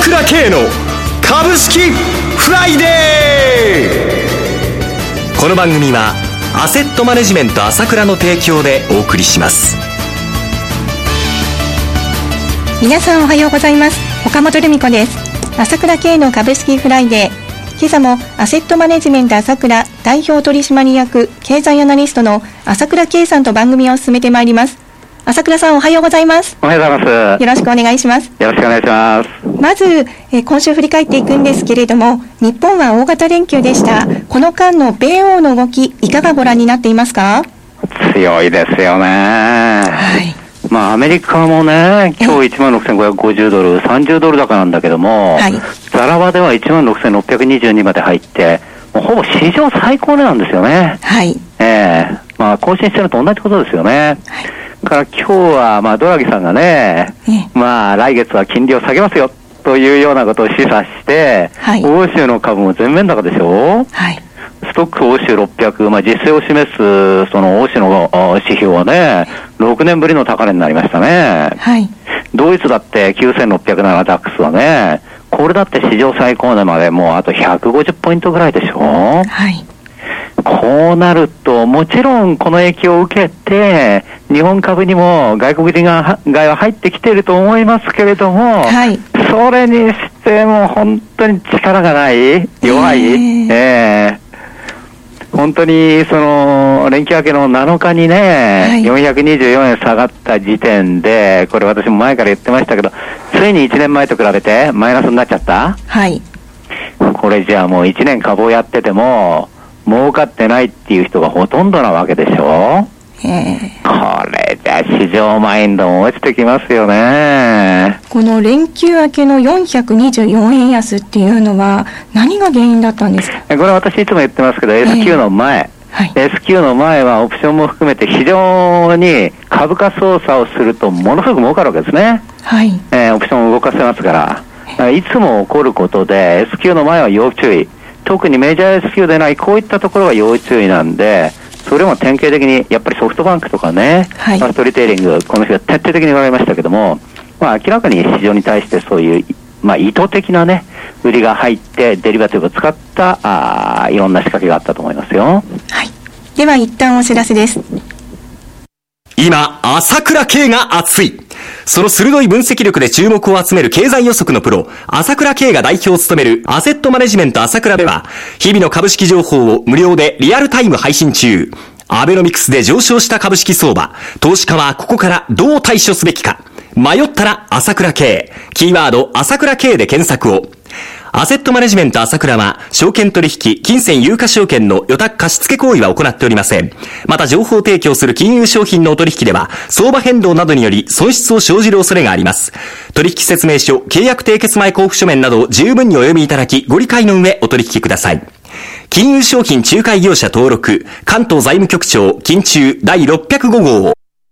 倉慶の株式フライデー。この番組はアセットマネジメント朝倉の提供でお送りします。 皆さんおはようございます。岡本留美子です。朝倉慶の株式フライデー。今朝もアセットマネジメント朝倉代表取締役経済アナリストの朝倉慶さんと番組を進めてまいります。朝倉さんおはようございます。 おはようございます。 よろしくお願いします。 よろしくお願いします。 まず、今週振り返っていくんですけれども、日本は大型連休でした。この間の米欧の動きいかがご覧になっていますか？ 強いですよね。はい。まあアメリカもね、今日16,550ドル、30ドル高なんだけども、はい、ザラバでは16,622まで入って、もうほぼ史上最高値なんですよね。はい。まあ更新してるのと同じことですよね。はい。から今日はまあドラギさんがね、まあ来月は金利を下げますよというようなことを示唆して、はい、欧州の株も全面高でしょ。はい。ストック欧州600、まあ、実勢を示すその欧州の指標はね、6年ぶりの高値になりましたね。はい。ドイツだって9607ダックスはね、これだって史上最高値までもうあと150ポイントぐらいでしょ。はい。こうなると、もちろんこの影響を受けて、日本株にも外国人が入ってきていると思いますけれども、はい。それにしても本当に力がない、弱い、本当にその連休明けの7日にね、はい、424円下がった時点で、これ私も前から言ってましたけど、ついに1年前と比べてマイナスになっちゃった。はい。これじゃあもう1年株をやってても儲かってないっていう人がほとんどなわけでしょ。これじゃ市場マインドも落ちてきますよね。この連休明けの424円安っていうのは何が原因だったんですか？これは私いつも言ってますけど、S q の前、はい、S q の前はオプションも含めて非常に株価操作をするとものすごく儲かるわけですね。はい。オプションを動かせますから、いつも起こることで S q の前は要注意。特にメジャー S q でないこういったところが要注意なんで、それも典型的にやっぱりソフトバンクとかね、はい、ストリーテイリング、この日は徹底的に言われましたけども、まあ明らかに市場に対してそういう、まあ意図的なね、売りが入ってデリバティブを使ったいろんな仕掛けがあったと思いますよ。はい。 では一旦お知らせです。 今、朝倉慶が熱い。その鋭い分析力で注目を集める経済予測のプロ、朝倉慶が代表を務めるアセットマネジメント朝倉では、日々の株式情報を無料でリアルタイム配信中。アベノミクスで上昇した株式相場、投資家はここからどう対処すべきか。迷ったら朝倉慶。キーワード朝倉慶で検索を。アセットマネジメント朝倉は、証券取引、金銭有価証券の予託貸付行為は行っておりません。また情報提供する金融商品のお取引では、相場変動などにより損失を生じる恐れがあります。取引説明書、契約締結前交付書面などを十分にお読みいただき、ご理解の上お取引ください。金融商品仲介業者登録、関東財務局長、金中第605号。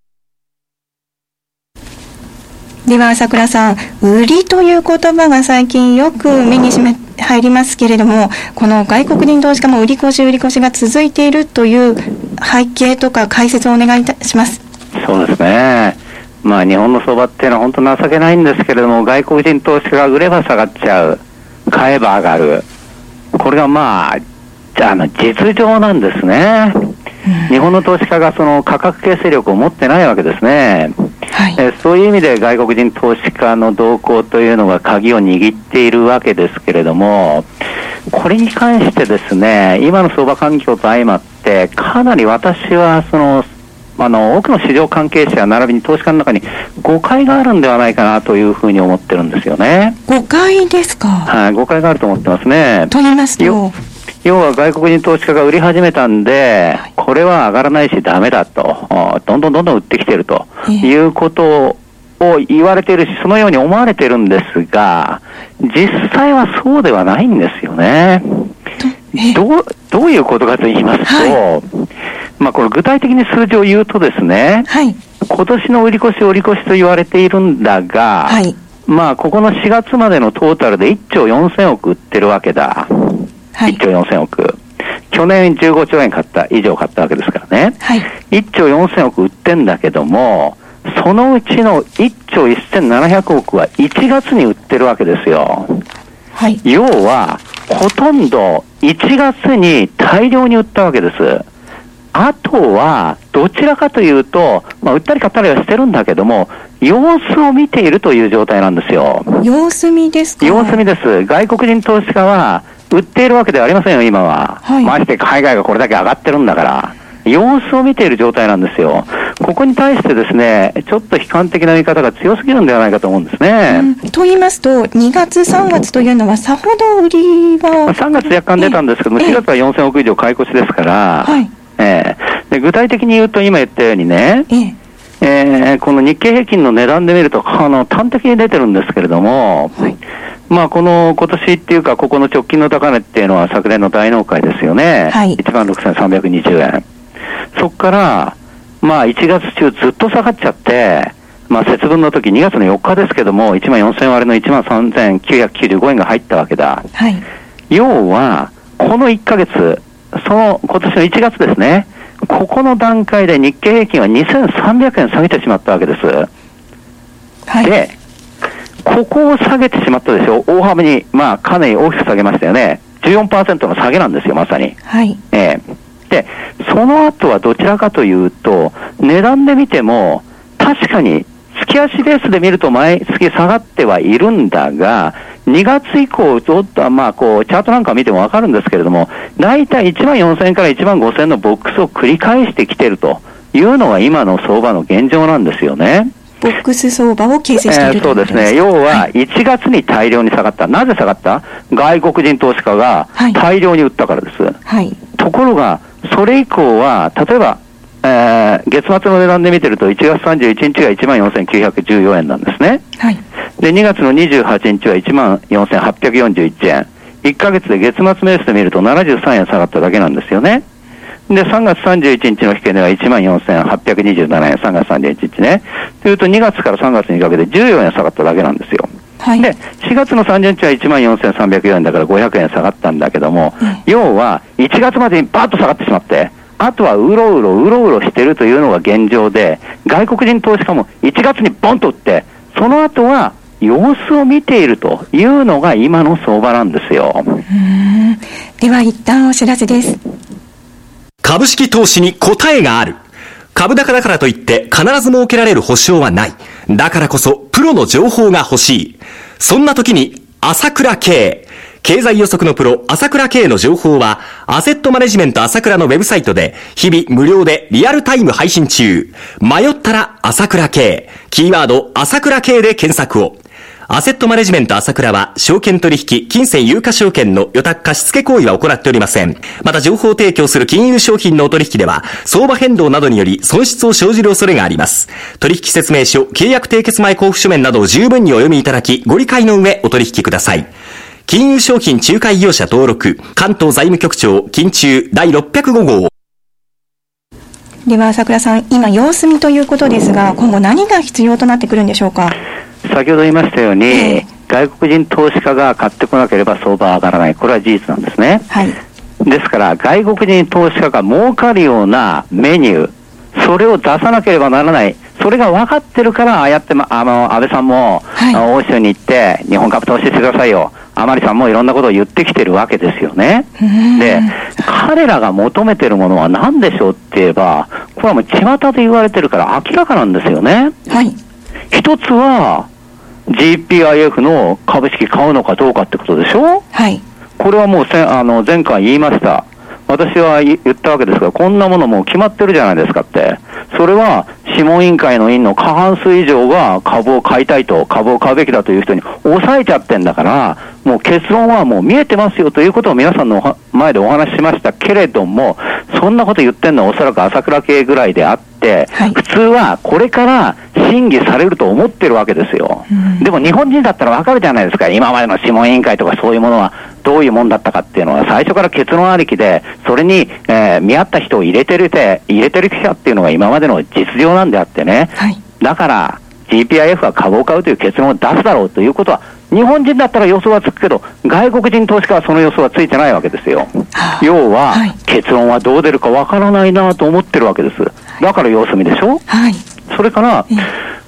では朝倉さん、売りという言葉が最近よく目に入りますけれども、この外国人投資家も売り越しが続いているという背景とか解説をお願いいたします。そうですね。まあ日本の相場っていうのは本当情けないんですけれども、外国人投資家が売れば下がっちゃう、買えば上がる、これがまあ実情なんですね。日本の投資家がその価格形成力を持ってないわけですね。はい。そういう意味で外国人投資家の動向というのが鍵を握っているわけですけれども、これに関してですね、今の相場環境と相まってかなり私はその多くの市場関係者並びに投資家の中に誤解があるんではないかなというふうに思ってるんですよね。誤解ですか？はい、誤解があると思ってますね。と言いますと、要は外国人投資家が売り始めたんで、これは上がらないしダメだと、どんどん売ってきているということを言われているし、そのように思われているんですが、実際はそうではないんですよね。どういうことかと言いますと、まあこれ具体的に数字を言うとですね、今年の売り越しと言われているんだが、まあここの4月までのトータルで1兆4000億売ってるわけだ。1兆4000億。去年15兆円以上買ったわけですからね。1兆4000億売ってんだけども、 そのうちの1兆1700億は1月に売ってるわけですよ。 はい。 要は、ほとんど1月に大量に売ったわけです。あとは、どちらかというと、売ったり買ったりはしてるんだけども、様子を見ているという状態なんですよ。 様子見ですか？ 様子見です。外国人投資家は、売っているわけではありませんよ、今は。 はい。 まして海外がこれだけ上がってるんだから。様子を見ている状態なんですよ。ここに対してですね、ちょっと悲観的な見方が強すぎるんではないかと思うんですね。 と言いますと、2月、3月というのはさほど売りは、 3月若干出たんですけども、4月は4000億以上買い越しですから、 はい。 で具体的に言うと今言ったようにね、この日経平均の値段で見ると端的に出てるんですけれども、はい、この今年っていうかここの直近の高値っていうのは昨年の大納会ですよね、はい、16,320円。そこから1月中ずっと下がっちゃって、節分の時2月の4日ですけども、14,000割の 13,995 円が入ったわけだ。 はい、 要はこの1ヶ月、今年の1月ですね、ここの段階で日経平均は2,300円下げてしまったわけです。はい、で、ここを下げてしまったでしょ。大幅に、かなり大きく下げましたよね。14% の下げなんですよ、まさに。 はい。 で、その後はどちらかというと、値段で見ても、確かに、月足ベースで見ると毎月下がってはいるんだが、2月以降、ちょっとチャートなんか見てもわかるんですけれども、だいたい14,000円から15,000円のボックスを繰り返してきているというのが今の相場の現状なんですよね。 ボックス相場を形成しているそうですね。要は、1月に大量に下がった。なぜ下がった？外国人投資家が大量に売ったからです。 はい。 ところが、それ以降は、例えば、月末の値段で見てると1月31日が 14,914 円なんですね。 はい。 で、2月の28日は 14,841 円。1ヶ月で月末ベースで見ると73円下がっただけなんですよね。で、3月31日の引け値は 14,827 円、3月31日ね。というと2月から3月にかけて14円下がっただけなんですよ。 はい、 で、4月の30日は 14,304 円だから500円下がったんだけども、要は1月までにバーッと下がってしまって、あとはうろうろしてるというのが現状で、外国人投資家も1月にボンと売って、その後は様子を見ているというのが今の相場なんですよ。 では一旦お知らせです。 株式投資に答えがある。株高だからといって必ず設けられる保証はない。だからこそプロの情報が欲しい。そんな時に朝倉慶。経済予測のプロ、朝倉慶の情報は、アセットマネジメント朝倉のウェブサイトで、日々無料でリアルタイム配信中。迷ったら朝倉慶。キーワード、朝倉慶で検索を。アセットマネジメント朝倉は、証券取引、金銭有価証券の予託貸付行為は行っておりません。また情報提供する金融商品のお取引では、相場変動などにより損失を生じる恐れがあります。取引説明書、契約締結前交付書面などを十分にお読みいただき、ご理解の上お取引ください。金融商品仲介業者登録、関東財務局長、金中第605号。 では朝倉さん、今様子見ということですが、今後何が必要となってくるんでしょうか。 先ほど言いましたように、外国人投資家が買ってこなければ相場は上がらない。これは事実なんですね。 はい。 ですから、外国人投資家が儲かるようなメニュー、それを出さなければならない。それが分かってるから、ああやって、安倍さんも、欧州に行って、日本株投資してくださいよ。甘利さんもいろんなことを言ってきてるわけですよね。で、彼らが求めてるものは何でしょうって言えば、これはもう巷で言われてるから明らかなんですよね。 はい。 一つは、GPIF の株式買うのかどうかってことでしょ。 はい。 これはもう前回言いました。私は言ったわけですが、こんなものもう決まってるじゃないですかって。それは、諮問委員会の委員の過半数以上が株を買いたいと、株を買うべきだという人に抑えちゃってんだから、もう結論はもう見えてますよということを皆さんの前でお話ししましたけれども、そんなこと言ってんのはおそらく朝倉系ぐらいであって、はい、普通はこれから審議されると思ってるわけですよ。でも日本人だったらわかるじゃないですか。今までの諮問委員会とかそういうものはどういうもんだったかっていうのは最初から結論ありきで、それに、見合った人を入れてるかっていうのが今までの実情なんであってね。 はい、 だから GPIF は株を買うという結論を出すだろうということは、日本人だったら予想はつくけど、外国人投資家はその予想はついてないわけですよ。要は、結論はどう出るかわからないなと思ってるわけです。だから様子見でしょ。 はい。 それから、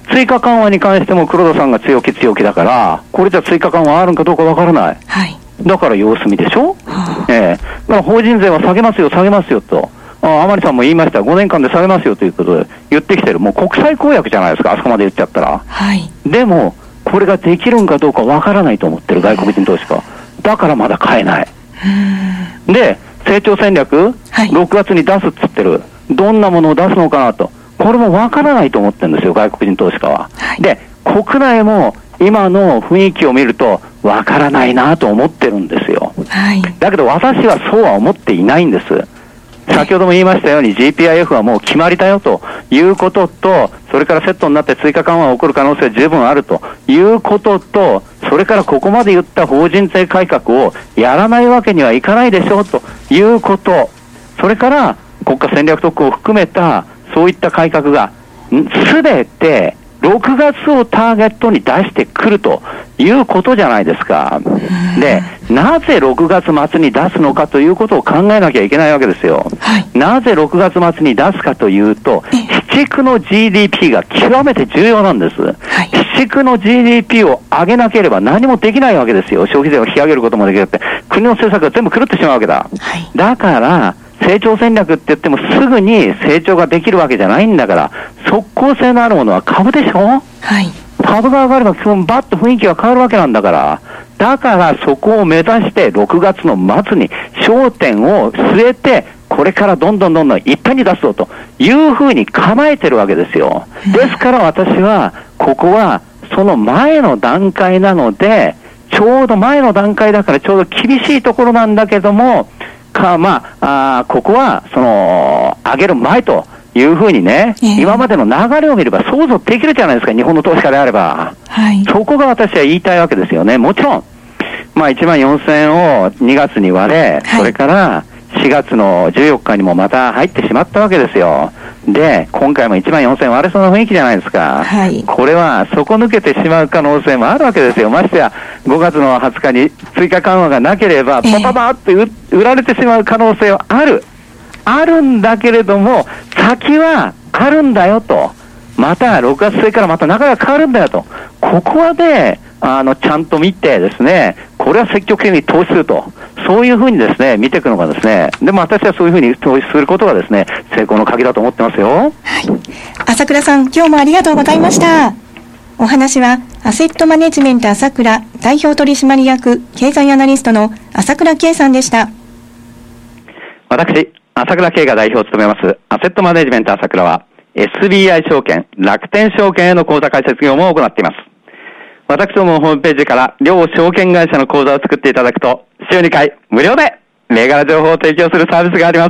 追加緩和に関しても黒田さんが強気だから、これじゃ追加緩和あるんかどうかわからない。 はい。 だから様子見でしょ。だから法人税は下げますよと。甘利さんも言いました。5年間で下げますよということで言ってきてる。もう国際公約じゃないですか、あそこまで言っちゃったら。 はい。 でも、これができるんかどうかわからないと思ってる、外国人投資家。だからまだ買えない。で、成長戦略、はい、6月に出すっつってる。どんなものを出すのかなと。これもわからないと思ってるんですよ、外国人投資家は。はい、で、国内も今の雰囲気を見るとわからないなと思ってるんですよ。はい、だけど私はそうは思っていないんです。先ほども言いましたように GPIF はもう決まりだよということと、それからセットになって追加緩和が起こる可能性は十分あるということと、それからここまで言った法人税改革をやらないわけにはいかないでしょうということ、それから国家戦略特区を含めたそういった改革がすべて6月をターゲットに出してくるということじゃないですか。で、なぜ6月末に出すのかということを考えなきゃいけないわけですよ。はい、なぜ6月末に出すかというと、市区の GDP が極めて重要なんです。はい、市区の GDP を上げなければ何もできないわけですよ。消費税を引き上げることもできなくて、国の政策が全部狂ってしまうわけだ。はい、だから、成長戦略って言ってもすぐに成長ができるわけじゃないんだから、即効性のあるものは株でしょ。はい。株が上がれば基本バッと雰囲気が変わるわけなんだから。だからそこを目指して6月の末に焦点を据えて、これからどんどんいっぺんに出すぞというふうに構えてるわけですよ。ですから私は、ここはその前の段階なので、ちょうど前の段階だからちょうど厳しいところなんだけども、ここは、上げる前というふうにね、今までの流れを見れば想像できるじゃないですか、日本の投資家であれば。はい、そこが私は言いたいわけですよね。もちろん、14,000円を2月に割れ、それから4月の14日にもまた入ってしまったわけですよ。で、今回も14,000円割れそうな雰囲気じゃないですか。はい、これは底抜けてしまう可能性もあるわけですよ。ましてや、5月の20日に追加緩和がなければ、パパパーって売られてしまう可能性はある。あるんだけれども、先はあるんだよと。また6月末からまた中が変わるんだよと。ここはね、ちゃんと見てですね、これは積極的に投資すると。そういうふうにですね、見ていくのがですね、でも私はそういうふうに投資することがですね、成功の鍵だと思ってますよ。はい。 朝倉さん、今日もありがとうございました。お話は、アセットマネジメント朝倉代表取締役経済アナリストの朝倉圭さんでした。 私、朝倉圭が代表を務めます、アセットマネジメント朝倉は、SBI 証券、楽天証券への口座開設業務を行っています。私どものホームページから両証券会社の口座を作っていただくと、週2回無料で銘柄情報を提供するサービスがあります。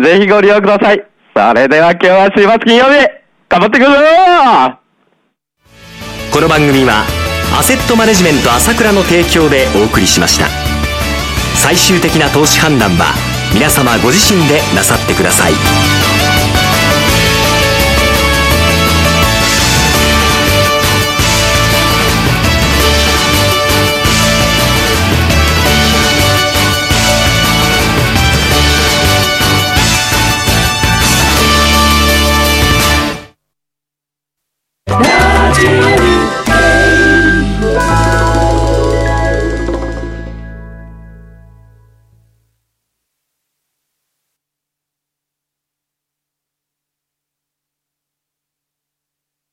ぜひご利用ください。それでは今日は週末金曜日、頑張ってください。 この番組はアセットマネジメント朝倉の提供でお送りしました。最終的な投資判断は皆様ご自身でなさってください。